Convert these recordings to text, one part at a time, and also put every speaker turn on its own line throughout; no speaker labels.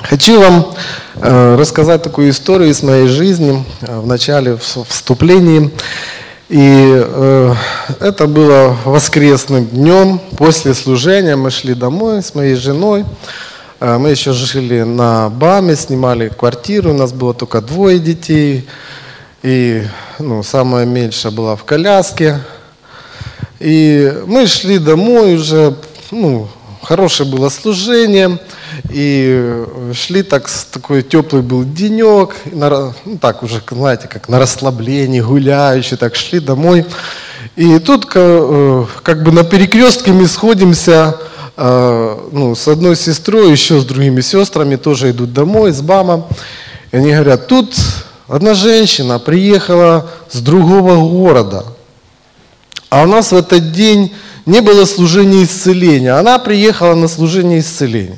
Хочу вам рассказать такую историю из моей жизни в начале вступлении. И это было воскресным днем, после служения мы шли домой с моей женой. Мы еще жили на БАМе, снимали квартиру, у нас было только 2 детей. И самая меньшая была в коляске. И мы шли домой уже, хорошее было служение. И шли такой теплый был денек, так уже, знаете, как на расслаблении, гуляющие, так шли домой. И тут как бы на перекрестке мы сходимся с одной сестрой, еще с другими сестрами, тоже идут домой с БАМа. И они говорят, тут одна женщина приехала с другого города, а у нас в этот день не было служения исцеления. Она приехала на служение исцеления.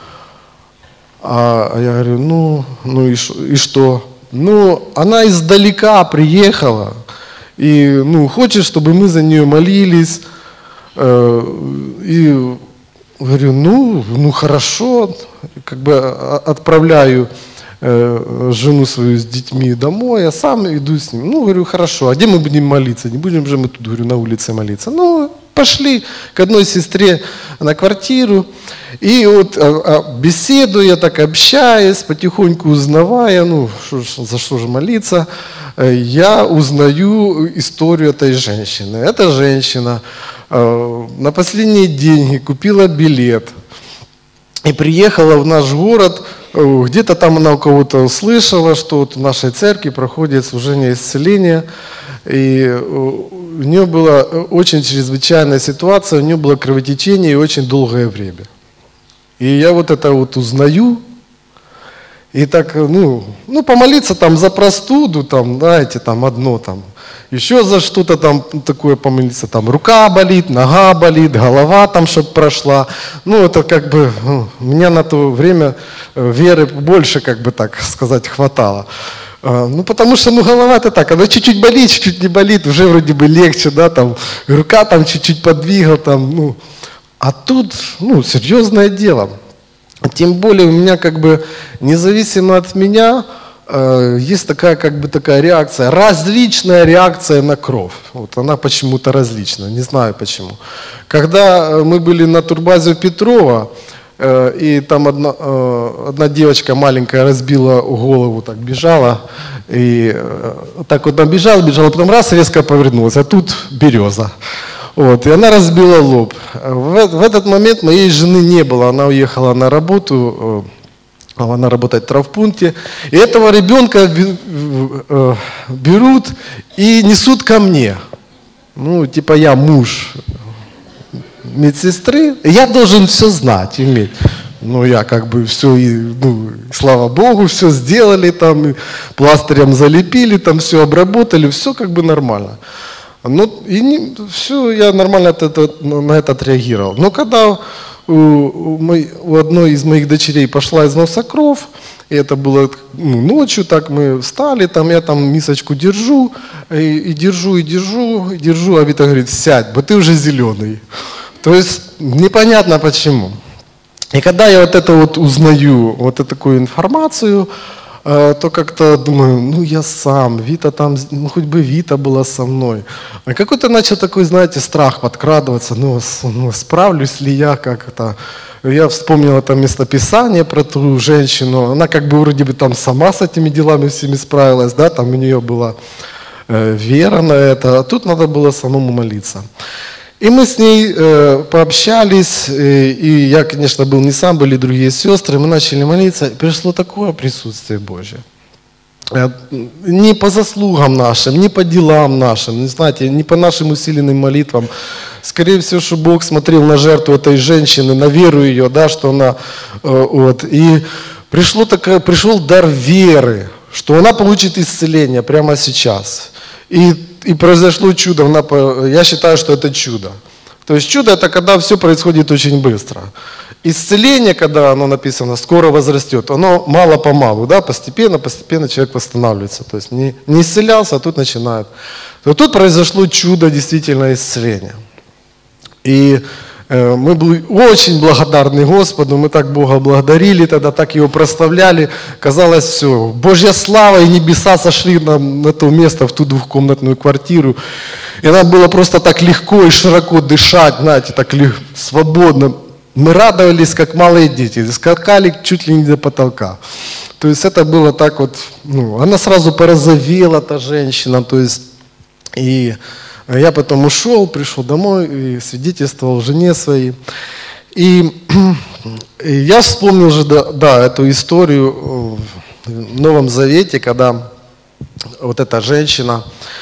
А я говорю, и что? Она издалека приехала и хочет, чтобы мы за нее молились. И говорю, хорошо, как бы отправляю жену свою с детьми домой, я сам иду с ним. Говорю, хорошо, а где мы будем молиться? Не будем же мы тут, говорю, на улице молиться. Пошли к одной сестре на квартиру, и вот беседуя, так общаясь, потихоньку узнавая, за что же молиться, я узнаю историю этой женщины. Эта женщина на последние деньги купила билет и приехала в наш город. Где-то там она у кого-то услышала, что вот в нашей церкви проходит служение исцеления. И у нее была очень чрезвычайная ситуация, у нее было кровотечение и очень долгое время. И я вот это вот узнаю, и так, помолиться там за простуду, там, знаете, там одно там, еще за что-то там такое помолиться, там рука болит, нога болит, голова там, чтобы прошла. Это как бы, у меня на то время веры больше, как бы так сказать, хватало. Потому что, голова-то так, она чуть-чуть болит, чуть-чуть не болит, уже вроде бы легче, да, там, рука там чуть-чуть подвигал, там, А тут, серьезное дело. Тем более у меня, как бы, независимо от меня, есть такая реакция, различная реакция на кровь. Вот она почему-то различная, не знаю почему. Когда мы были на турбазе у Петрова, и там одна девочка маленькая разбила голову, так бежала, и так вот она бежала, потом раз резко повернулась, а тут береза. Вот, и она разбила лоб. В этот момент моей жены не было, она уехала на работу, она работает в травмпункте, и этого ребенка берут и несут ко мне. Я муж медсестры, я должен все знать, иметь. Я как бы все, слава Богу, все сделали, там, пластырем залепили, там все обработали, все как бы нормально. Все, я нормально на это отреагировал. Но когда у одной из моих дочерей пошла из носа кровь, и это было ночью, так мы встали, я там мисочку держу, и держу, а Вита говорит, сядь, бо ты уже зеленый. То есть непонятно почему. И когда я вот это вот узнаю, вот эту такую информацию, то как-то думаю, я сам, Вита там, хоть бы Вита была со мной. А какой-то начал такой, знаете, страх подкрадываться, справлюсь ли я как-то. Я вспомнил это местописание про ту женщину, она как бы вроде бы там сама с этими делами всеми справилась, да, там у нее была вера на это, а тут надо было самому молиться. И мы с ней пообщались, и я, конечно, был не сам, были другие сестры, мы начали молиться, и пришло такое присутствие Божье. Не по заслугам нашим, не по делам нашим, не знаете, не по нашим усиленным молитвам. Скорее всего, что Бог смотрел на жертву этой женщины, на веру ее, да, что она, и пришел дар веры, что она получит исцеление прямо сейчас. И произошло чудо, я считаю, что это чудо. То есть чудо это когда все происходит очень быстро. Исцеление, когда оно написано, скоро возрастет, оно мало-помалу, да, постепенно человек восстанавливается. То есть не исцелялся, а тут начинает. То тут произошло чудо действительно исцеления. И Мы были очень благодарны Господу, мы так Бога благодарили, тогда так Его прославляли. Казалось, все, Божья слава и небеса сошли на то место, в ту двухкомнатную квартиру. И нам было просто так легко и широко дышать, знаете, так свободно. Мы радовались, как малые дети, скакали чуть ли не до потолка. То есть это было так вот, она сразу порозовела, та женщина, то есть, и я потом ушел, пришел домой и свидетельствовал жене своей. И я вспомнил же, эту историю в Новом Завете, когда вот эта женщина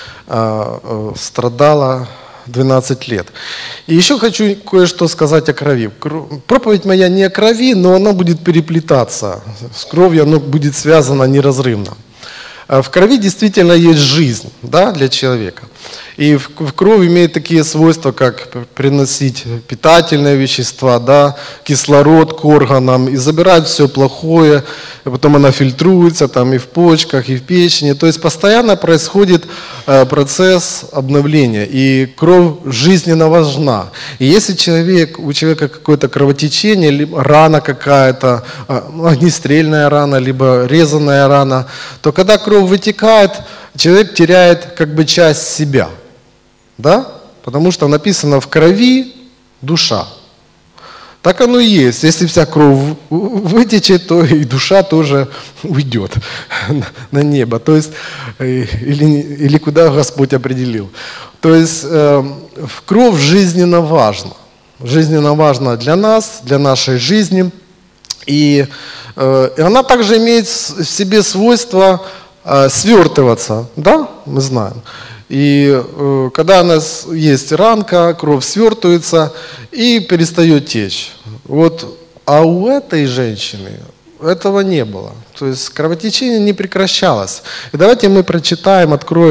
страдала 12 лет. И еще хочу кое-что сказать о крови. Проповедь моя не о крови, но она будет переплетаться. С кровью она будет связана неразрывно. В крови действительно есть жизнь, для человека. И кровь имеет такие свойства, как приносить питательные вещества, кислород к органам и забирать все плохое. И потом она фильтруется и в почках, и в печени. То есть постоянно происходит процесс обновления. И кровь жизненно важна. И если у человека какое-то кровотечение, либо рана какая-то, огнестрельная рана, либо резаная рана, то когда кровь вытекает, человек теряет часть себя. Потому что написано в крови душа. Так оно и есть. Если вся кровь вытечет, то и душа тоже уйдет на небо. То есть, или куда Господь определил. То есть кровь жизненно важна. Жизненно важна для нас, для нашей жизни. И она также имеет в себе свойство свертываться, мы знаем. И когда у нас есть ранка, кровь свертывается и перестает течь. А у этой женщины этого не было. То есть кровотечение не прекращалось. И давайте мы прочитаем,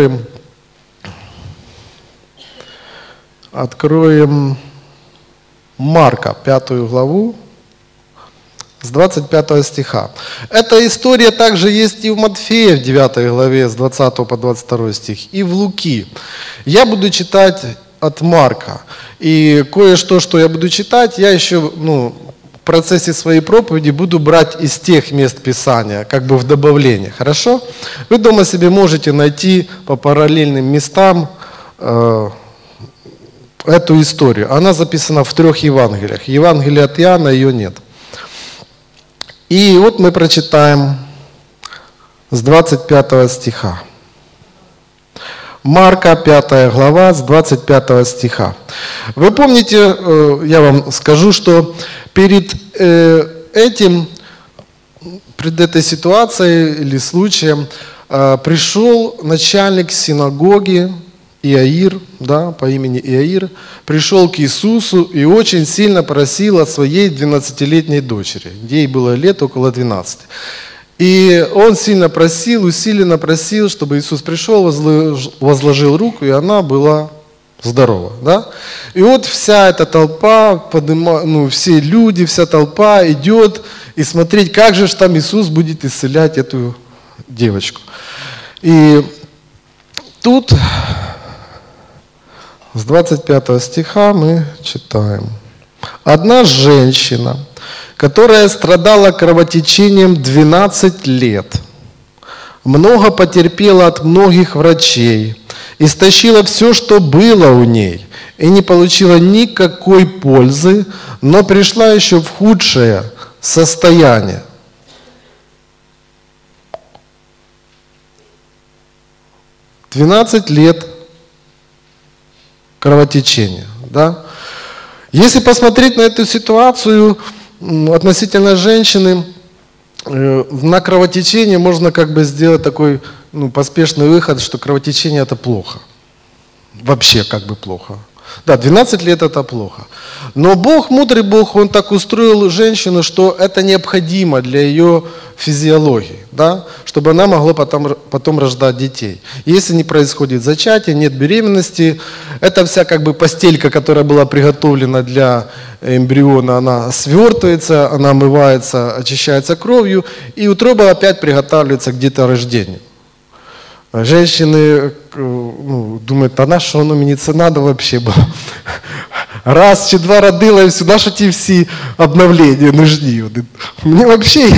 откроем Марка, 5 главу, с 25 стиха. Эта история также есть и в Матфея, в 9 главе, с 20 по 22 стих, и в Луки. Я буду читать от Марка. И кое-что, что я буду читать, я еще в процессе своей проповеди буду брать из тех мест Писания, в добавление. Хорошо? Вы дома себе можете найти по параллельным местам эту историю. Она записана в 3 Евангелиях. Евангелие от Иоанна, ее нет. И вот мы прочитаем с 25 стиха. Марка, 5 глава, с 25 стиха. Вы помните, я вам скажу, что перед этой ситуацией или случаем пришел начальник синагоги Иаир, по имени Иаир, пришел к Иисусу и очень сильно просил о своей 12-летней дочери. Ей было лет около 12. И он сильно просил, усиленно просил, чтобы Иисус пришел, возложил руку, и она была здорова. И вот вся эта толпа, все люди, вся толпа идет и смотреть, как же там Иисус будет исцелять эту девочку. И тут с 25 стиха мы читаем. Одна женщина, которая страдала кровотечением 12 лет, много потерпела от многих врачей, истощила все, что было у ней, и не получила никакой пользы, но пришла еще в худшее состояние. – 12 лет кровотечения. Если посмотреть на эту ситуацию относительно женщины, на кровотечение можно сделать такой поспешный выход, что кровотечение это плохо. Вообще плохо. 12 лет это плохо. Но Бог, мудрый Бог, Он так устроил женщину, что это необходимо для ее физиологии, чтобы она могла потом рождать детей. Если не происходит зачатие, нет беременности, эта вся постелька, которая была приготовлена для эмбриона, она свертывается, она омывается, очищается кровью, и утроба опять приготавливается к деторождению. Женщины думают, а на что оно мне надо вообще было? Раз чи два родила, і все, наші ті всі обновлення нужні. Мені взагалі,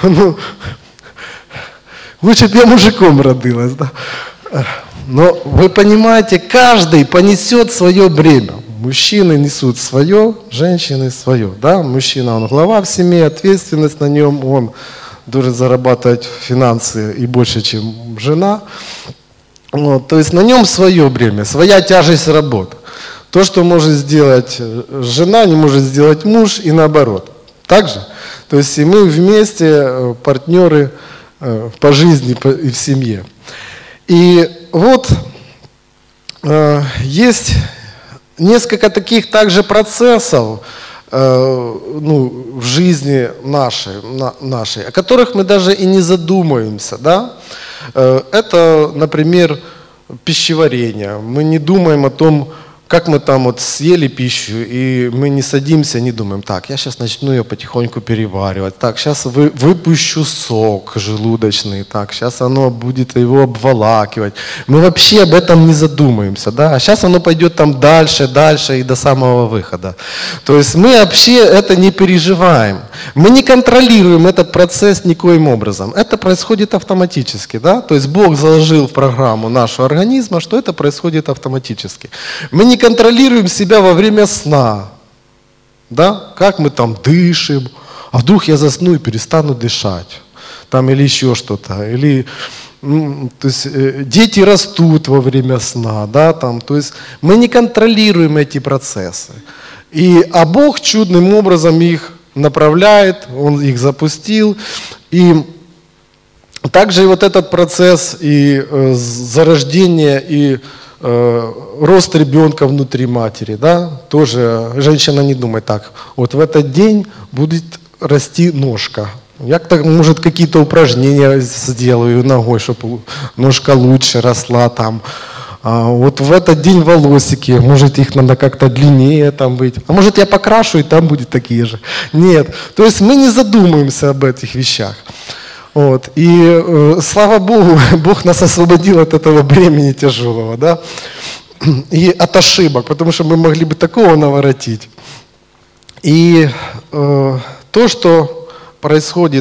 лучше б я мужиком родилась. Да? Но вы понимаете, каждый понесет свое бремя. Мужчины несут свое, женщины свое. Да? Мужчина, он глава в семье, ответственность на нем, он должен зарабатывать финансы и больше, чем жена. Вот, то есть на нем свое бремя, своя тяжесть работы. То, что может сделать жена, не может сделать муж и наоборот. Так же? То есть и мы вместе партнеры по жизни и в семье. И вот есть несколько таких также процессов в жизни нашей, о которых мы даже и не задумываемся. Да? Это, например, пищеварение. Мы не думаем о том, как мы там вот съели пищу, и мы не садимся, не думаем, так, я сейчас начну ее потихоньку переваривать, так, сейчас выпущу сок желудочный, так, сейчас оно будет его обволакивать. Мы вообще об этом не задумаемся, да, а сейчас оно пойдет там дальше и до самого выхода. То есть мы вообще это не переживаем. Мы не контролируем этот процесс никоим образом. Это происходит автоматически, да, то есть Бог заложил в программу нашего организма, что это происходит автоматически. Мы не контролируем себя во время сна, да, как мы там дышим, а вдруг я засну и перестану дышать, там или еще что-то, или, то есть дети растут во время сна, да, там, то есть мы не контролируем эти процессы, а Бог чудным образом их направляет, Он их запустил, и также и вот этот процесс и зарождения, и рост ребенка внутри матери, да, тоже женщина не думает так, вот в этот день будет расти ножка. Я так, может, какие-то упражнения сделаю ногой, чтобы ножка лучше росла там. Вот в этот день волосики, может, их надо как-то длиннее там быть. А может, я покрашу, и там будет такие же. Нет. То есть мы не задумываемся об этих вещах. Вот. И слава Богу, Бог нас освободил от этого бремени тяжелого, да, и от ошибок, потому что мы могли бы такого наворотить. И то, что происходит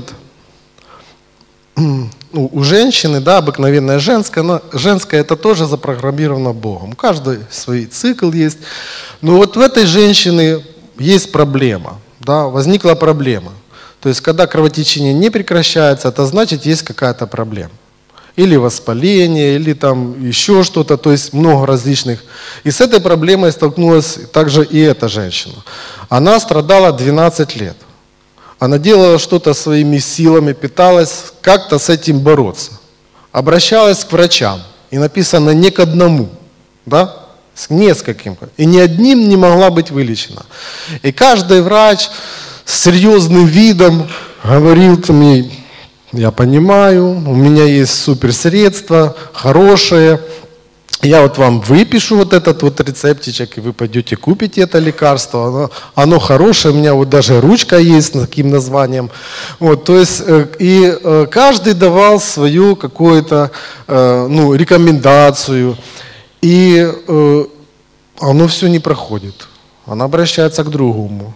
у женщины, да, обыкновенная женская, это тоже запрограммировано Богом. У каждой свой цикл есть. Но вот в этой женщине есть проблема, да, возникла проблема. То есть, когда кровотечение не прекращается, это значит, есть какая-то проблема. Или воспаление, или там еще что-то, то есть много различных. И с этой проблемой столкнулась также и эта женщина. Она страдала 12 лет. Она делала что-то своими силами, пыталась как-то с этим бороться. Обращалась к врачам. И написано не к одному, да? С нескольким. И ни одним не могла быть вылечена. И каждый врач с серьезным видом говорил мне, я понимаю, у меня есть суперсредство, хорошее, я вот вам выпишу вот этот вот рецептичек, и вы пойдете купите это лекарство, оно хорошее, у меня вот даже ручка есть с таким названием. Вот, то есть, и каждый давал свою какую-то рекомендацию, и оно все не проходит. Она обращается к другому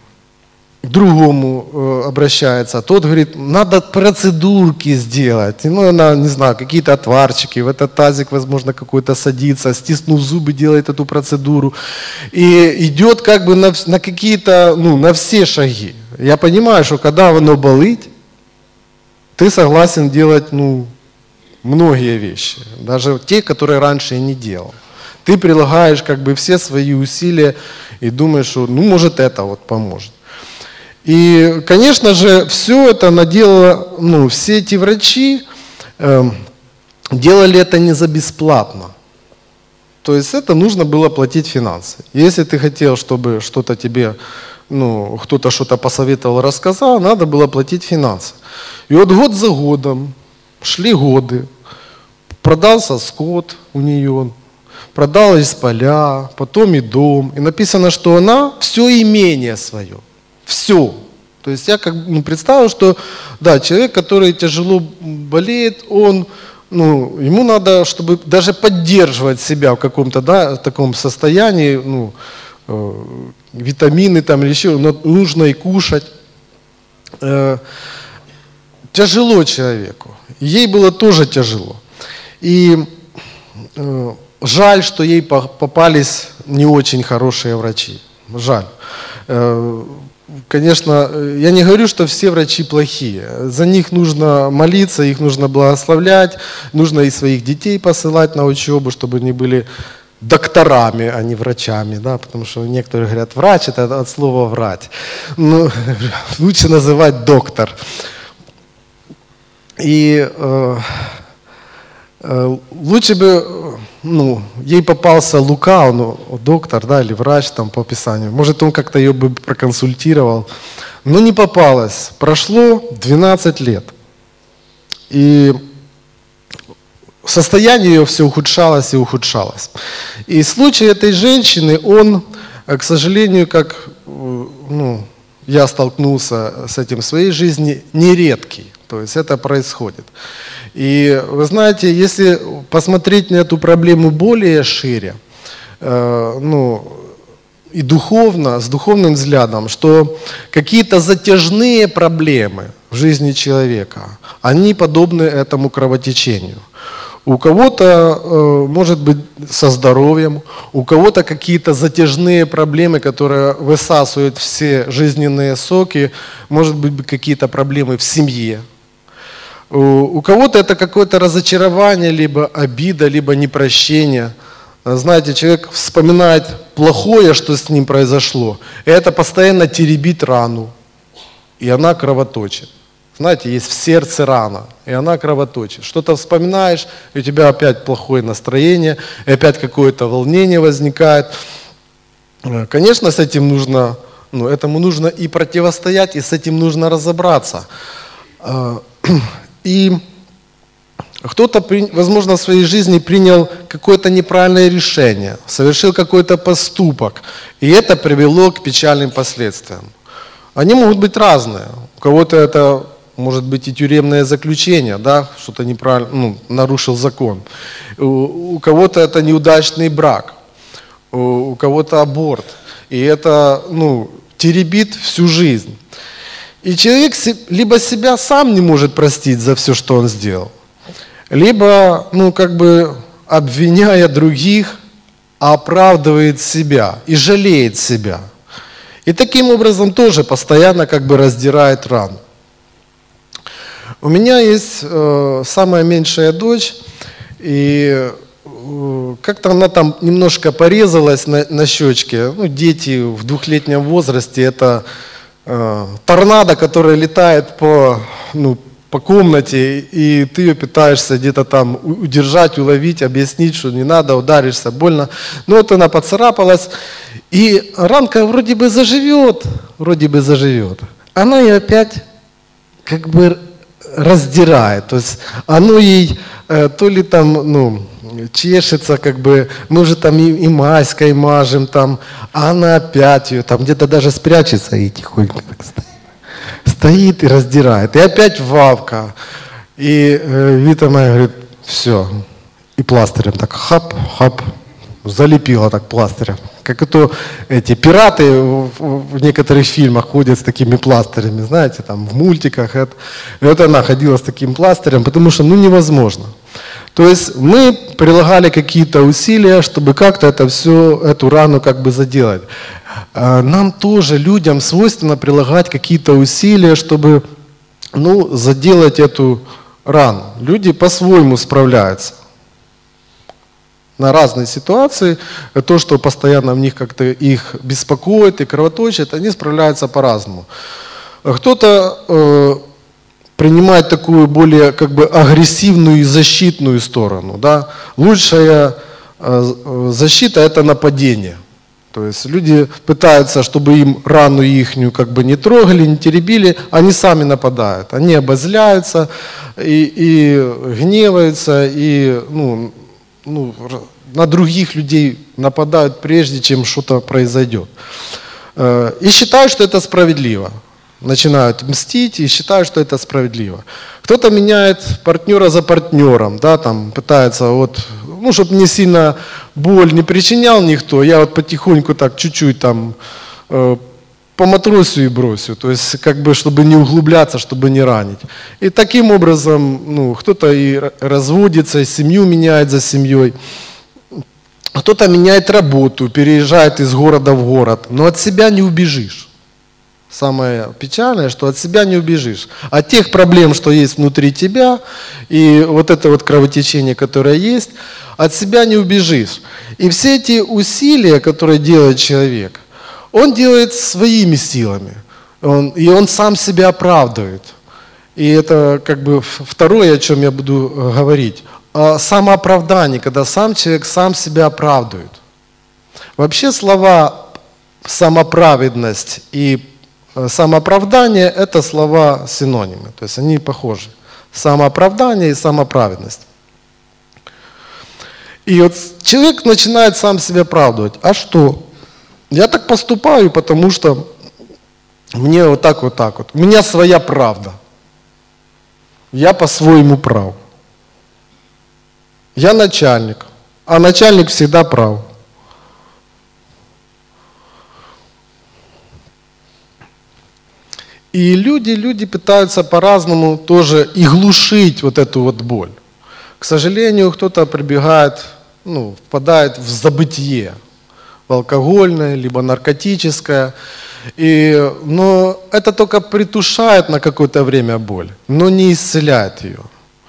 обращается, тот говорит, надо процедурки сделать, она, не знаю, какие-то отварчики, в этот тазик, возможно, какой-то садится, стиснув зубы, делает эту процедуру, и идет как бы на какие-то, на все шаги. Я понимаю, что когда оно болит, ты согласен делать, многие вещи, даже те, которые раньше и не делал. Ты прилагаешь как бы все свои усилия и думаешь, что, может, это вот поможет. И, конечно же, все это наделало, все эти врачи делали это не за бесплатно. То есть это нужно было платить финансы. Если ты хотел, чтобы что-то тебе, кто-то что-то посоветовал, рассказал, надо было платить финансы. И вот год за годом, шли годы, продался скот у нее, продалось поля, потом и дом. И написано, что она все имение свое. Все. То есть я представил, что да, человек, который тяжело болеет, он, ему надо, чтобы даже поддерживать себя в каком-то таком состоянии, витамины там или еще, но нужно и кушать. Тяжело человеку. Ей было тоже тяжело. И жаль, что ей попались не очень хорошие врачи. Жаль. Конечно, я не говорю, что все врачи плохие. За них нужно молиться, их нужно благословлять, нужно и своих детей посылать на учебу, чтобы они были докторами, а не врачами, да, потому что некоторые говорят, врач это от слова врать. Ну, лучше называть доктор. И лучше бы, ей попался Лука, он доктор, да, или врач там по описанию. Может, он как-то ее бы проконсультировал. Но не попалось. Прошло 12 лет. И состояние ее все ухудшалось и ухудшалось. И случай этой женщины, он, к сожалению, как я столкнулся с этим в своей жизни, нередкий. То есть это происходит. И вы знаете, если посмотреть на эту проблему более шире, и духовно, с духовным взглядом, что какие-то затяжные проблемы в жизни человека, они подобны этому кровотечению. У кого-то, может быть, со здоровьем, у кого-то какие-то затяжные проблемы, которые высасывают все жизненные соки, может быть, какие-то проблемы в семье. У кого-то это какое-то разочарование, либо обида, либо непрощение. Знаете, человек вспоминает плохое, что с ним произошло, и это постоянно теребит рану, и она кровоточит. Знаете, есть в сердце рана, и она кровоточит. Что-то вспоминаешь, и у тебя опять плохое настроение, и опять какое-то волнение возникает. Конечно, с этим нужно, этому нужно и противостоять, и с этим нужно разобраться. И кто-то, возможно, в своей жизни принял какое-то неправильное решение, совершил какой-то поступок, и это привело к печальным последствиям. Они могут быть разные. У кого-то это может быть и тюремное заключение, да, что-то неправильно, нарушил закон. У кого-то это неудачный брак, у кого-то аборт. И это, теребит всю жизнь. И человек либо себя сам не может простить за все, что он сделал, либо, обвиняя других, оправдывает себя и жалеет себя. И таким образом тоже постоянно раздирает рану. У меня есть самая меньшая дочь, и как-то она там немножко порезалась на щечке. Дети в 2-летнем возрасте, это торнадо, которое летает по комнате, и ты ее пытаешься где-то там удержать, уловить, объяснить, что не надо, ударишься, больно. Но вот она поцарапалась, и ранка вроде бы заживет. Она ее опять раздирает. То есть оно ей то ли там, чешется, мы уже там и маской мажем, там, а она опять ее там где-то даже спрячется и тихонько так стоит и раздирает. И опять вавка. И Вита моя говорит, все. И пластырем так хап, залепила так пластырем. Как это эти пираты в некоторых фильмах ходят с такими пластырями, знаете, там в мультиках. И вот она ходила с таким пластырем, потому что невозможно. То есть мы прилагали какие-то усилия, чтобы как-то эту рану заделать. Нам тоже, людям, свойственно прилагать какие-то усилия, чтобы заделать эту рану. Люди по-своему справляются на разные ситуации. То, что постоянно в них как-то их беспокоит и кровоточит, они справляются по-разному. Кто-то принимает такую более агрессивную и защитную сторону. Да? Лучшая защита – это нападение. То есть люди пытаются, чтобы им рану ихнюю не трогали, не теребили, они сами нападают. Они обозляются и гневаются, и на других людей нападают, прежде чем что-то произойдет. И считают, что это справедливо. Начинают мстить и считают, что это справедливо. Кто-то меняет партнера за партнером, да, там пытается, ну, чтобы мне сильно боль не причинял никто, я вот потихоньку так чуть-чуть там поматросю и бросю, то есть как бы, чтобы не углубляться, чтобы не ранить. И таким образом, ну, кто-то и разводится, и семью меняет за семьей, кто-то меняет работу, переезжает из города в город, но от себя не убежишь. Самое печальное, что от себя не убежишь. От тех проблем, что есть внутри тебя, и вот это вот кровотечение, которое есть, от себя не убежишь. И все эти усилия, которые делает человек, он делает своими силами. И он сам себя оправдывает. И это как бы второе, о чем я буду говорить. О самооправдании, когда сам человек сам себя оправдывает. Вообще слова самоправедность и самооправдание – это слова синонимы, то есть они похожи. Самооправдание и самоправедность. И вот человек начинает сам себя оправдывать. А что? Я так поступаю, потому что мне вот так вот. У меня своя правда. Я по-своему прав. Я начальник, а начальник всегда прав. И люди пытаются по-разному тоже и глушить вот эту вот боль. К сожалению, кто-то прибегает, ну, впадает в забытье, в алкогольное, либо наркотическое. Но это только притушает на какое-то время боль, но не исцеляет ее.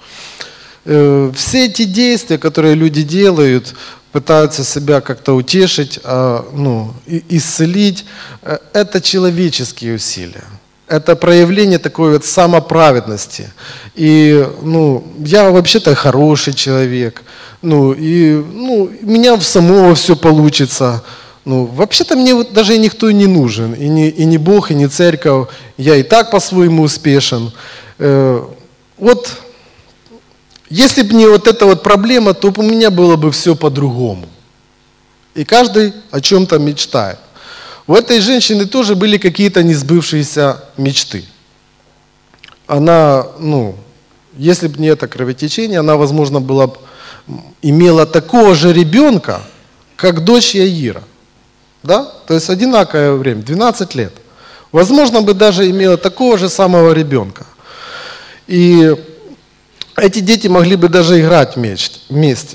Все эти действия, которые люди делают, пытаются себя как-то утешить, исцелить, это человеческие усилия. Это проявление такой вот самоправедности. И, я вообще-то хороший человек. У меня самого все получится. Вообще-то мне вот даже никто и не нужен. И не Бог, и не церковь. Я и так по-своему успешен. Вот, если бы не вот эта вот проблема, то у меня было бы все по-другому. И каждый о чем-то мечтает. У этой женщины тоже были какие-то несбывшиеся мечты. Она, если бы не это кровотечение, она, возможно, имела такого же ребенка, как дочь Яира. Да? То есть одинаковое время, 12 лет. Возможно, бы даже имела такого же самого ребенка. И эти дети могли бы даже играть вместе.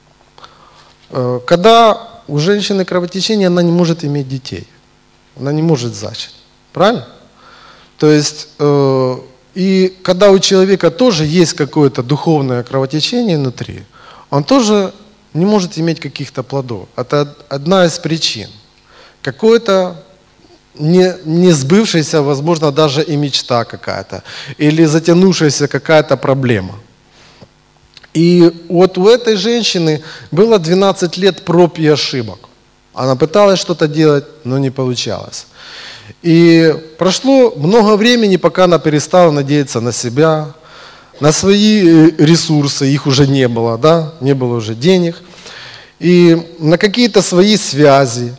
Когда у женщины кровотечение, она не может иметь детей. Она не может зачать. Правильно? То есть, и когда у человека тоже есть какое-то духовное кровотечение внутри, он тоже не может иметь каких-то плодов. Это одна из причин. Какое-то не сбывшаяся, возможно, даже и мечта какая-то. Или затянувшаяся какая-то проблема. И вот у этой женщины было 12 лет проб и ошибок. Она пыталась что-то делать, но не получалось. И прошло много времени, пока она перестала надеяться на себя, на свои ресурсы, их уже не было, да? Не было уже денег, и на какие-то свои связи.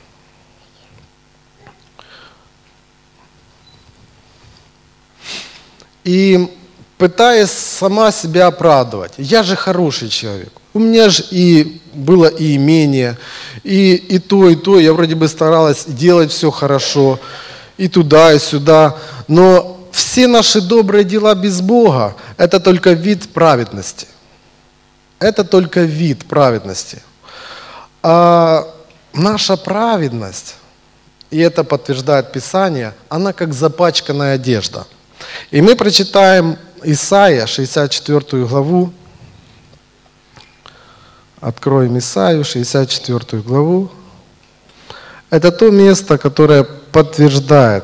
И пытаясь сама себя оправдывать. Я же хороший человек. У меня же и было и имение, и то, я вроде бы старалась делать все хорошо, и туда, и сюда. Но все наши добрые дела без Бога – это только вид праведности. Это только вид праведности. А наша праведность, и это подтверждает Писание, она как запачканная одежда. И мы прочитаем Исайя, 64 главу. Откроем Исаию, 64 главу. Это то место, которое подтверждает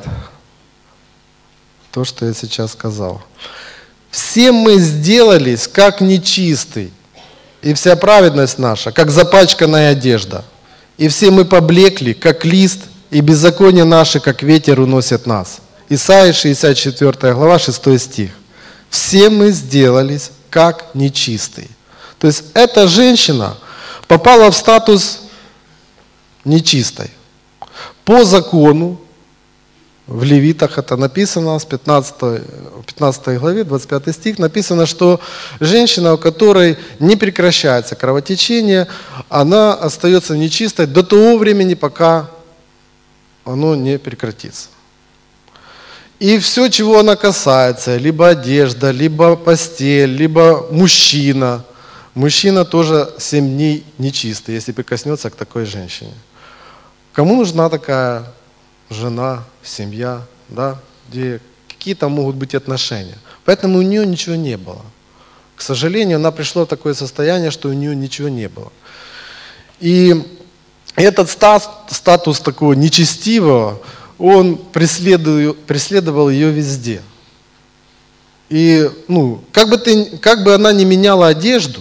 то, что я сейчас сказал. «Все мы сделались, как нечистый, и вся праведность наша, как запачканная одежда. И все мы поблекли, как лист, и беззаконие наше, как ветер, уносит нас». Исайя, 64 глава, 6 стих. «Все мы сделались, как нечистый». То есть эта женщина попала в статус нечистой. По закону в Левитах это написано, в 15 главе, 25 стих, написано, что женщина, у которой не прекращается кровотечение, она остается нечистой до того времени, пока оно не прекратится. И все, чего она касается, либо одежда, либо постель, либо мужчина тоже 7 дней нечистый, если прикоснется к такой женщине. Кому нужна такая жена, семья, да, где какие-то могут быть отношения? Поэтому у нее ничего не было. К сожалению, она пришла в такое состояние, что у нее ничего не было. И этот статус такого нечестивого, он преследовал ее везде. И как бы она ни меняла одежду,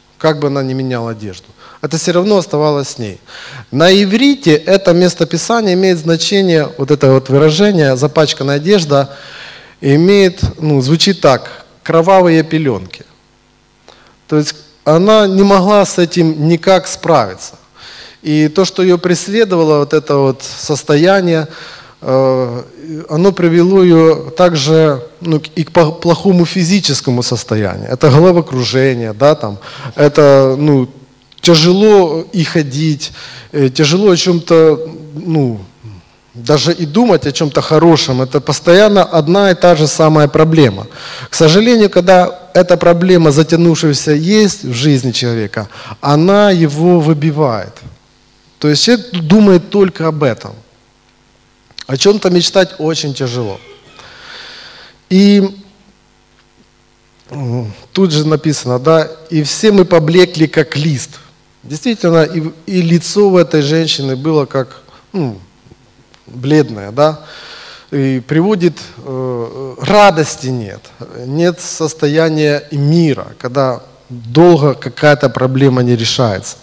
это все равно оставалось с ней. На иврите это местописание имеет значение, вот это вот выражение «запачканная одежда» звучит так: кровавые пеленки. То есть она не могла с этим никак справиться. И то, что ее преследовало, вот это вот состояние, оно привело ее также и к плохому физическому состоянию. Это головокружение, да, это тяжело и ходить, тяжело о чем-то, даже и думать о чем-то хорошем. Это постоянно одна и та же самая проблема. К сожалению, когда эта проблема, затянувшаяся, есть в жизни человека, она его выбивает. То есть человек думает только об этом. О чем-то мечтать очень тяжело. И тут же написано, да, и все мы поблекли, как лист. Действительно, и лицо у этой женщины было как, бледное, да, и приводит, радости нет состояния мира, когда долго какая-то проблема не решается.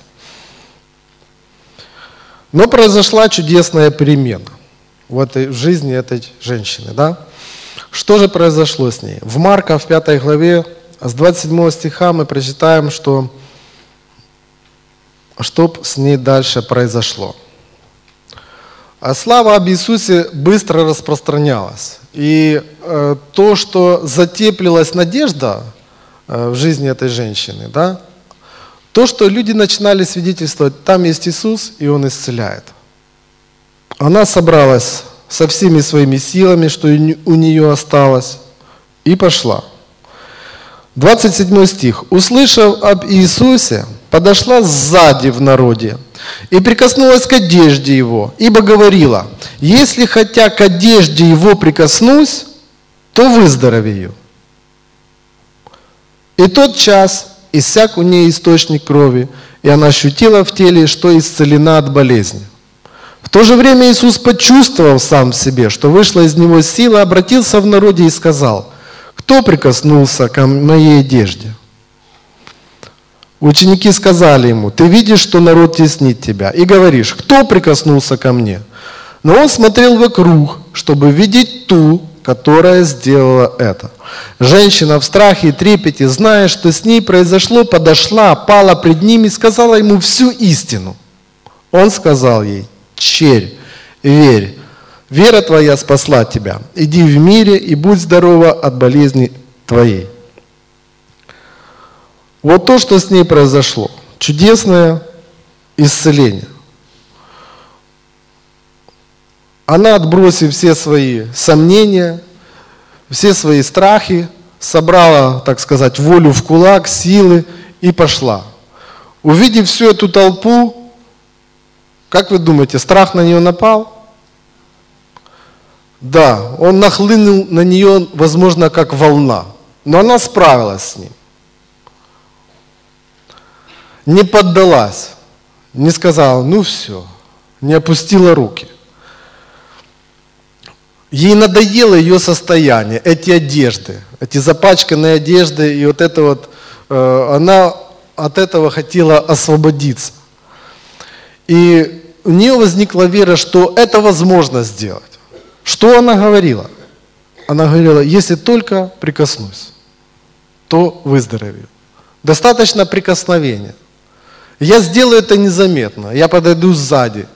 Но произошла чудесная перемена в жизни этой женщины, да. Что же произошло с ней? В Марка, в 5 главе, с 27 стиха мы прочитаем, что с ней дальше произошло. А слава об Иисусе быстро распространялась. И то, что затеплилась надежда в жизни этой женщины, да, то, что люди начинали свидетельствовать, там есть Иисус, и Он исцеляет. Она собралась со всеми своими силами, что у нее осталось, и пошла. 27 стих. «Услышав об Иисусе, подошла сзади в народе и прикоснулась к одежде Его, ибо говорила: если хотя к одежде Его прикоснусь, то выздоровею. И тот час иссяк у ней источник крови, и она ощутила в теле, что исцелена от болезни. В то же время Иисус почувствовал сам в себе, что вышла из него сила, обратился в народе и сказал: кто прикоснулся к моей одежде? Ученики сказали ему: ты видишь, что народ теснит тебя, и говоришь: кто прикоснулся ко мне? Но он смотрел вокруг, чтобы видеть ту, которая сделала это. Женщина в страхе и трепете, зная, что с ней произошло, подошла, пала пред ним и сказала ему всю истину. Он сказал ей: черь, верь, вера твоя спасла тебя. Иди в мире и будь здорова от болезни твоей. Вот то, что с ней произошло. Чудесное исцеление. Она, отбросив все свои сомнения, все свои страхи, собрала, так сказать, волю в кулак, силы и пошла. Увидев всю эту толпу, как вы думаете, страх на нее напал? Да, он нахлынул на нее, возможно, как волна, но она справилась с ним. Не поддалась, не сказала: ну все, не опустила руки. Ей надоело ее состояние, эти одежды, эти запачканные одежды, и вот это вот, она от этого хотела освободиться. И у нее возникла вера, что это возможно сделать. Что она говорила? Она говорила: если только прикоснусь, то выздоровею. Достаточно прикосновения. Я сделаю это незаметно, я подойду сзади,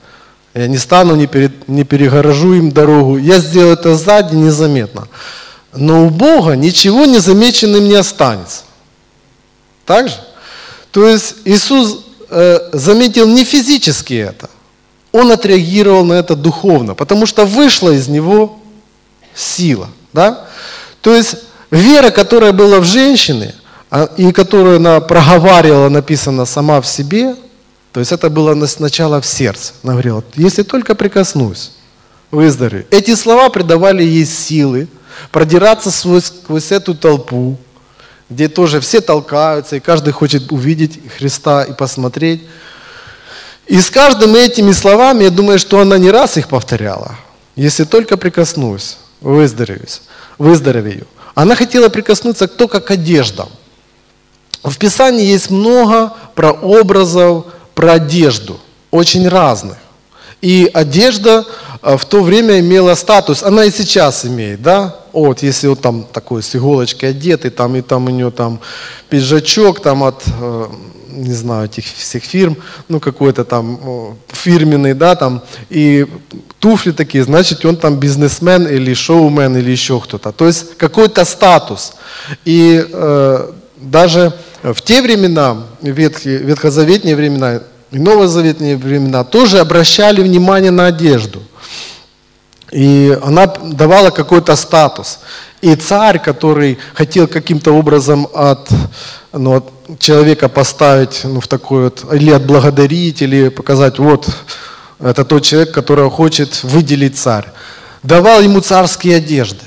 Я не стану, не перегорожу им дорогу. Я сделаю это сзади незаметно. Но у Бога ничего незамеченным не останется. Так же? То есть Иисус заметил не физически это. Он отреагировал на это духовно, потому что вышла из него сила. Да? То есть вера, которая была в женщине, и которую она проговаривала, написано, сама в себе, то есть это было сначала в сердце. Она говорила, если только прикоснусь, выздоровею. Эти слова придавали ей силы продираться сквозь эту толпу, где тоже все толкаются, и каждый хочет увидеть Христа и посмотреть. И с каждыми этими словами, я думаю, что она не раз их повторяла. Если только прикоснусь, выздоровею. Она хотела прикоснуться только к одеждам. В Писании есть много прообразов про одежду, очень разных. И одежда в то время имела статус, она и сейчас имеет, да? Вот, если вот там такой с иголочкой одетый, там, и там у нее там пиджачок там от, не знаю, этих всех фирм, ну какой-то там фирменный, да, там, и туфли такие, значит, он там бизнесмен или шоумен или еще кто-то. То есть какой-то статус. И даже в те времена, ветхозаветные времена и новозаветные времена, тоже обращали внимание на одежду. И она давала какой-то статус. И царь, который хотел каким-то образом от человека поставить в такой вот, или отблагодарить, или показать, вот, это тот человек, которого хочет выделить царь, давал ему царские одежды.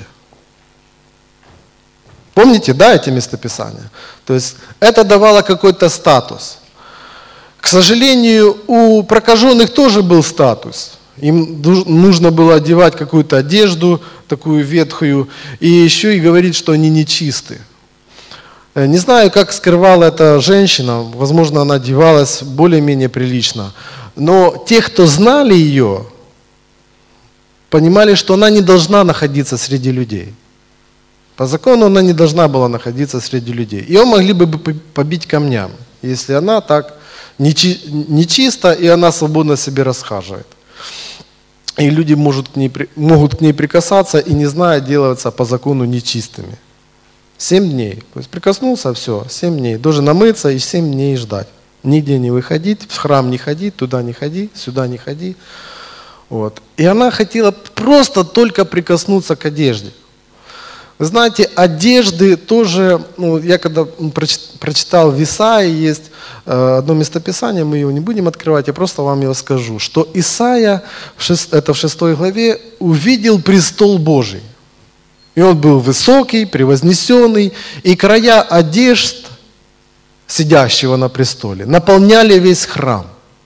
Помните, да, эти местописания? То есть это давало какой-то статус. К сожалению, у прокаженных тоже был статус. Им нужно было одевать какую-то одежду, такую ветхую, и еще и говорить, что они нечисты. Не знаю, как скрывала эта женщина, возможно, она одевалась более-менее прилично, но те, кто знали ее, понимали, что она не должна находиться среди людей. По закону она не должна была находиться среди людей. Ее могли бы побить камням, если она так нечиста, и она свободно себе расхаживает. И люди могут к ней прикасаться и, не зная, делаться по закону нечистыми. 7 дней. То есть прикоснулся, все, 7 дней. Должен намыться и 7 дней ждать. Нигде не выходить, в храм не ходить, туда не ходи, сюда не ходи. Вот. И она хотела просто только прикоснуться к одежде. Вы знаете, одежды тоже, я когда прочитал в Исаии, есть одно местописание, мы его не будем открывать, я просто вам его скажу, что Исаия, это в 6 главе, увидел престол Божий. И он был высокий, превознесенный, и края одежд сидящего на престоле наполняли весь храм.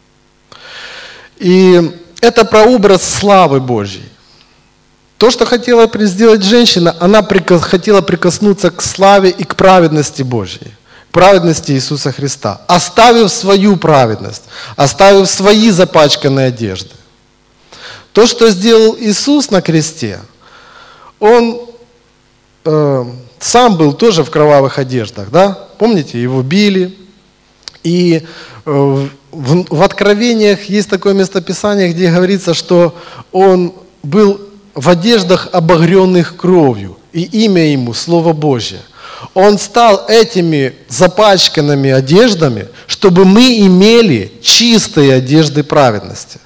И это прообраз славы Божьей. То, что хотела сделать женщина, она хотела прикоснуться к славе и к праведности Божьей, к праведности Иисуса Христа, оставив свою праведность, оставив свои запачканные одежды. То, что сделал Иисус на кресте, Он сам был тоже в кровавых одеждах, да? Помните, его били. И в Откровениях есть такое местописание, где говорится, что Он был в одеждах, обогренных кровью, и имя Ему – Слово Божье. Он стал этими запачканными одеждами, чтобы мы имели чистые одежды праведности.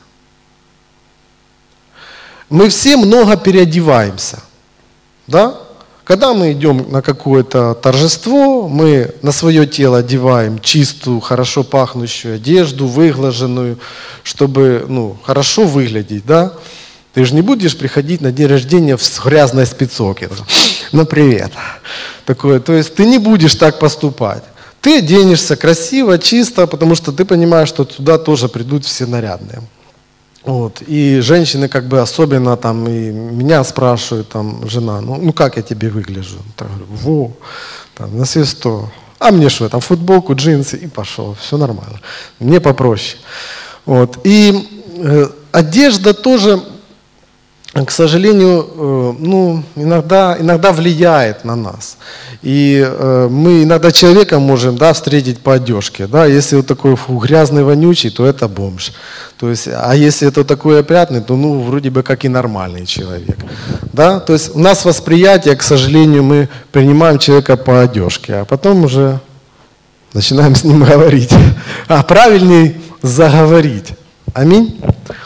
Мы все много переодеваемся, да? Когда мы идем на какое-то торжество, мы на свое тело одеваем чистую, хорошо пахнущую одежду, выглаженную, чтобы хорошо выглядеть, да? Ты же не будешь приходить на день рождения в грязной спецовке. Ну, привет. Такое, то есть ты не будешь так поступать. Ты оденешься красиво, чисто, потому что ты понимаешь, что туда тоже придут все нарядные. Вот. И женщины особенно там, и меня спрашивают, там, жена, ну как я тебе выгляжу? Я говорю, там, на все 100. А мне что, там футболку, джинсы и пошел, все нормально. Мне попроще. Вот. И одежда тоже к сожалению, иногда влияет на нас. И мы иногда человека можем, встретить по одежке. Если вот такой грязный, вонючий, то это бомж. То есть, а если это такой опрятный, то вроде бы как и нормальный человек. То есть у нас восприятие, к сожалению, мы принимаем человека по одежке, а потом уже начинаем с ним говорить. А правильнее заговорить. Аминь.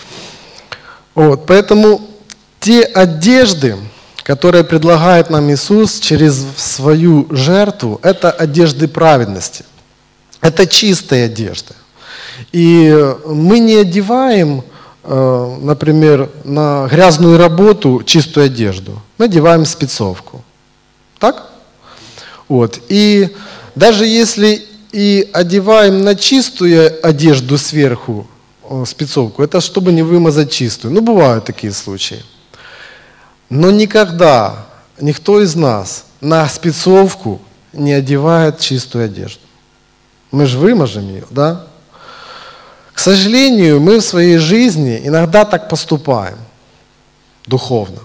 Поэтому те одежды, которые предлагает нам Иисус через свою жертву, это одежды праведности. Это чистые одежды. И мы не одеваем, например, на грязную работу чистую одежду. Мы одеваем спецовку. Так? И даже если и одеваем на чистую одежду сверху спецовку, это чтобы не вымазать чистую. Бывают такие случаи. Но никогда никто из нас на спецовку не одевает чистую одежду. Мы же вымажем ее, да? К сожалению, мы в своей жизни иногда так поступаем духовно.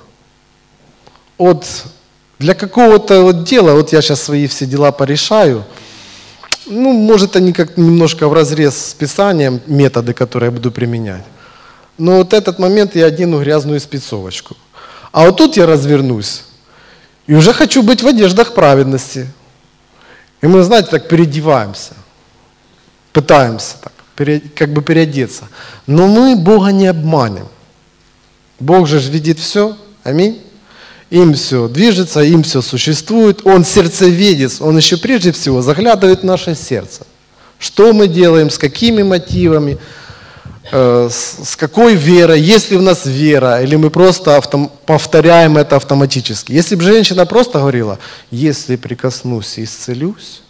Для какого-то дела, я сейчас свои все дела порешаю, может они как-то немножко вразрез с Писанием, методы, которые я буду применять. Но этот момент я одену грязную спецовочку. А тут я развернусь и уже хочу быть в одеждах праведности. И мы, знаете, так переодеваемся, пытаемся так, переодеться. Но мы Бога не обманем. Бог же видит все, аминь. Им все движется, им все существует. Он сердцеведец, Он еще прежде всего заглядывает в наше сердце. Что мы делаем, с какими мотивами, с какой верой, есть ли у нас вера, или мы просто повторяем это автоматически. Если бы женщина просто говорила, если прикоснусь и исцелюсь,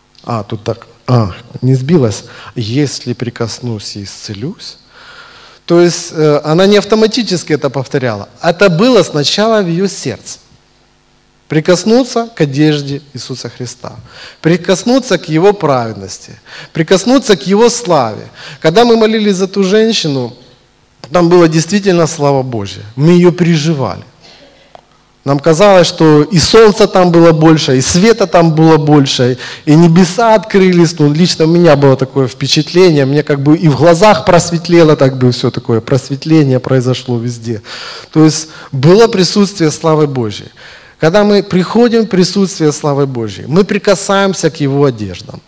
не сбилась, если прикоснусь и исцелюсь, то есть она не автоматически это повторяла, это было сначала в ее сердце. Прикоснуться к одежде Иисуса Христа, прикоснуться к Его праведности, прикоснуться к Его славе. Когда мы молились за ту женщину, там была действительно слава Божья. Мы ее переживали. Нам казалось, что и солнца там было больше, и света там было больше, и небеса открылись. Лично у меня было такое впечатление, мне и в глазах просветлело, все такое просветление произошло везде. То есть было присутствие славы Божьей. Когда мы приходим в присутствие славы Божьей, мы прикасаемся к Его одеждам.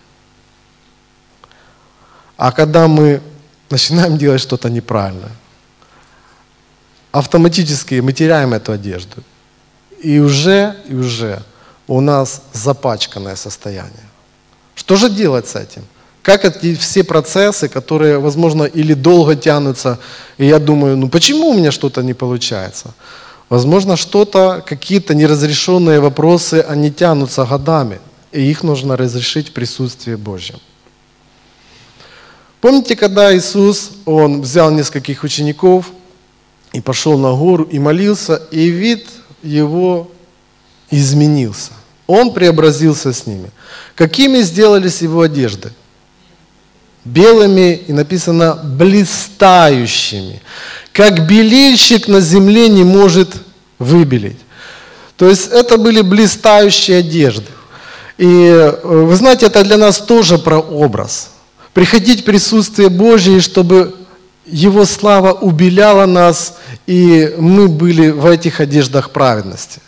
А когда мы начинаем делать что-то неправильное, автоматически мы теряем эту одежду. И уже у нас запачканное состояние. Что же делать с этим? Как эти все процессы, которые, возможно, или долго тянутся, и я думаю, почему у меня что-то не получается? Возможно, какие-то неразрешенные вопросы, они тянутся годами, и их нужно разрешить в присутствии Божьем. Помните, когда Иисус, Он взял нескольких учеников и пошел на гору и молился, и вид Его изменился. Он преобразился с ними. Какими сделались Его одежды? Белыми и написано блистающими. Как белильщик на земле не может выбелить. То есть это были блистающие одежды. И вы знаете, это для нас тоже прообраз. Приходить в присутствие Божие, чтобы Его слава убеляла нас, и мы были в этих одеждах праведности.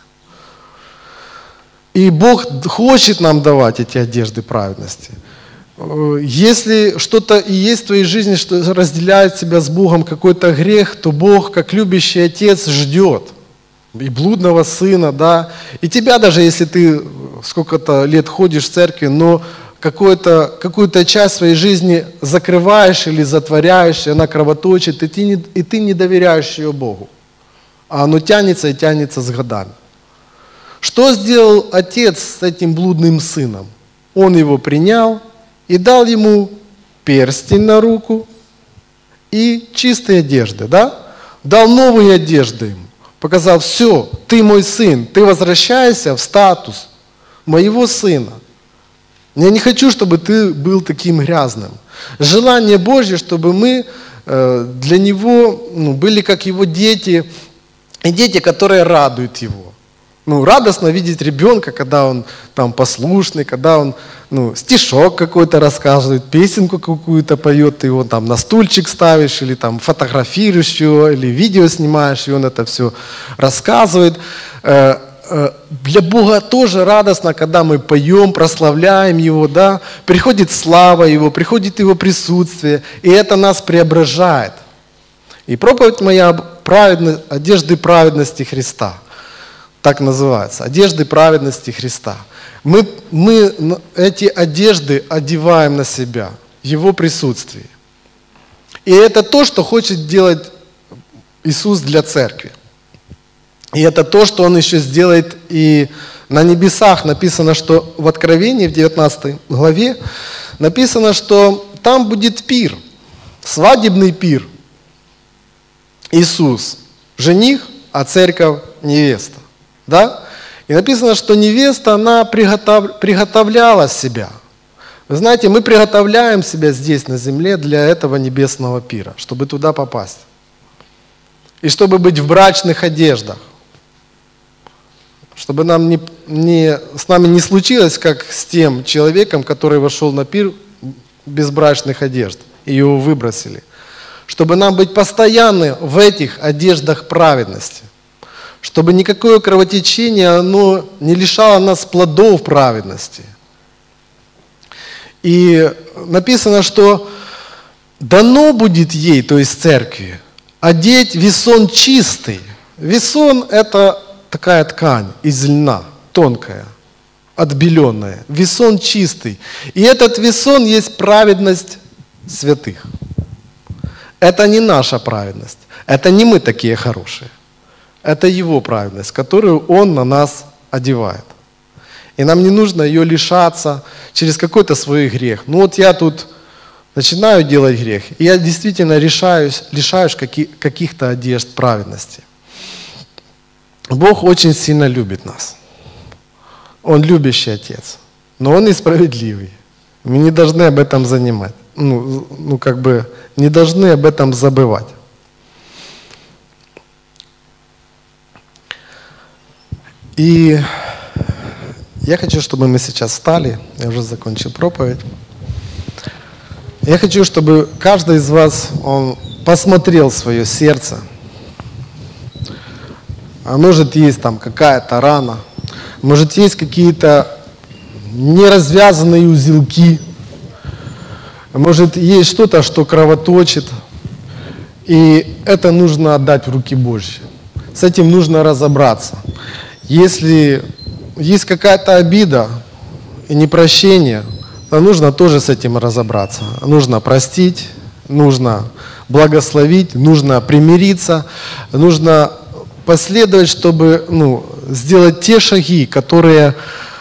И Бог хочет нам давать эти одежды праведности. Если что-то и есть в твоей жизни, что разделяет тебя с Богом, какой-то грех, то Бог, как любящий Отец, ждет. И блудного сына, и тебя даже, если ты сколько-то лет ходишь в церкви, но какую-то часть своей жизни закрываешь или затворяешь, и она кровоточит, и ты не доверяешь ее Богу. А оно тянется и тянется с годами. Что сделал Отец с этим блудным сыном? Он его принял и дал ему перстень на руку и чистые одежды, Дал новые одежды ему. Показал, все, ты мой сын, ты возвращаешься в статус моего сына. Я не хочу, чтобы ты был таким грязным. Желание Божье, чтобы мы для Него были как Его дети, и дети, которые радуют его. Радостно видеть ребенка, когда он там послушный, когда он стишок какой-то рассказывает, песенку какую-то поет, ты его там на стульчик ставишь, или там фотографируешь его, или видео снимаешь, и он это все рассказывает. Для Бога тоже радостно, когда мы поем, прославляем Его, да, приходит слава Его, приходит Его присутствие, и это нас преображает. И проповедь моя «Одежды праведности Христа», так называется, «Одежды праведности Христа». Мы эти одежды одеваем на себя, Его присутствие. И это то, что хочет делать Иисус для церкви. И это то, что Он еще сделает и на небесах. Написано, что в Откровении, в 19 главе, написано, что там будет пир, свадебный пир. Иисус – жених, а церковь – невеста. Да? И написано, что невеста, она приготовляла себя. Вы знаете, мы приготовляем себя здесь, на земле, для этого небесного пира, чтобы туда попасть. И чтобы быть в брачных одеждах. Чтобы с нами не случилось, как с тем человеком, который вошел на пир без брачных одежд, и его выбросили. Чтобы нам быть постоянны в этих одеждах праведности. Чтобы никакое кровотечение, оно не лишало нас плодов праведности. И написано, что дано будет ей, то есть церкви, одеть весон чистый. Весон – это такая ткань из льна, тонкая, отбеленная. Весон чистый. И этот весон есть праведность святых. Это не наша праведность. Это не мы такие хорошие. Это Его праведность, которую Он на нас одевает. И нам не нужно ее лишаться через какой-то свой грех. Я тут начинаю делать грех, и я действительно лишаюсь каких-то одежд праведности. Бог очень сильно любит нас. Он любящий Отец. Но Он и справедливый. Мы не должны об этом занимать. Не должны об этом забывать. И я хочу, чтобы мы сейчас встали. Я уже закончил проповедь. Я хочу, чтобы каждый из вас, он посмотрел в свое сердце. А может, есть там какая-то рана, может, есть какие-то неразвязанные узелки, может, есть что-то, что кровоточит, и это нужно отдать в руки Божьи. С этим нужно разобраться. Если есть какая-то обида и непрощение, то нужно тоже с этим разобраться. Нужно простить, нужно благословить, нужно примириться, нужно последовать, чтобы сделать те шаги, которые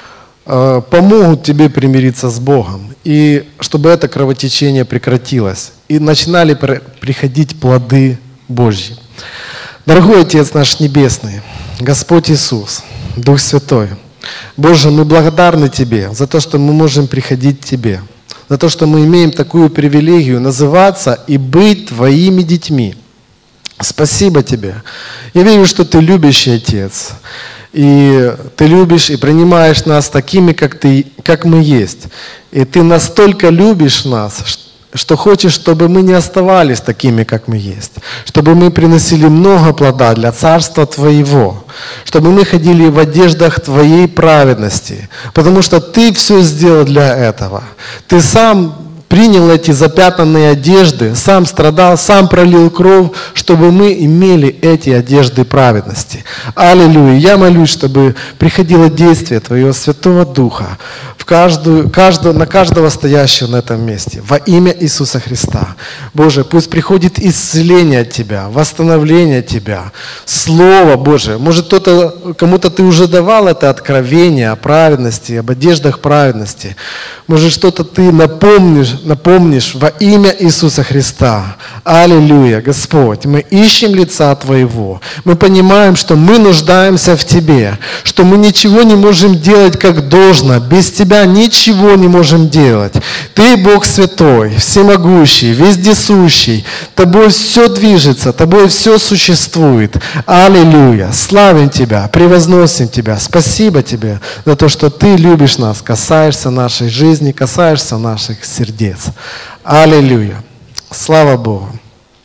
помогут тебе примириться с Богом, и чтобы это кровотечение прекратилось, и начинали приходить плоды Божьи. Дорогой Отец наш Небесный, Господь Иисус, Дух Святой, Боже, мы благодарны Тебе за то, что мы можем приходить к Тебе, за то, что мы имеем такую привилегию называться и быть Твоими детьми. Спасибо Тебе. Я верю, что Ты любящий Отец. И Ты любишь и принимаешь нас такими, как мы есть. И Ты настолько любишь нас, что хочешь, чтобы мы не оставались такими, как мы есть. Чтобы мы приносили много плода для Царства Твоего. Чтобы мы ходили в одеждах Твоей праведности. Потому что Ты все сделал для этого. Ты сам принял эти запятнанные одежды, сам страдал, сам пролил кровь, чтобы мы имели эти одежды праведности. Аллилуйя! Я молюсь, чтобы приходило действие Твоего Святого Духа на каждого стоящего на этом месте. Во имя Иисуса Христа. Боже, пусть приходит исцеление от Тебя, восстановление от Тебя, Слово Божие. Может, кому-то Ты уже давал это откровение о праведности, об одеждах праведности. Может, что-то Ты напомнишь во имя Иисуса Христа. Аллилуйя, Господь, мы ищем лица Твоего. Мы понимаем, что мы нуждаемся в Тебе, что мы ничего не можем делать как должно без Тебя. Тебя ничего не можем делать. Ты Бог святой, всемогущий, вездесущий. Тобой все движется, Тобой все существует. Аллилуйя. Славим Тебя, превозносим Тебя. Спасибо Тебе за то, что Ты любишь нас, касаешься нашей жизни, касаешься наших сердец. Аллилуйя. Слава Богу.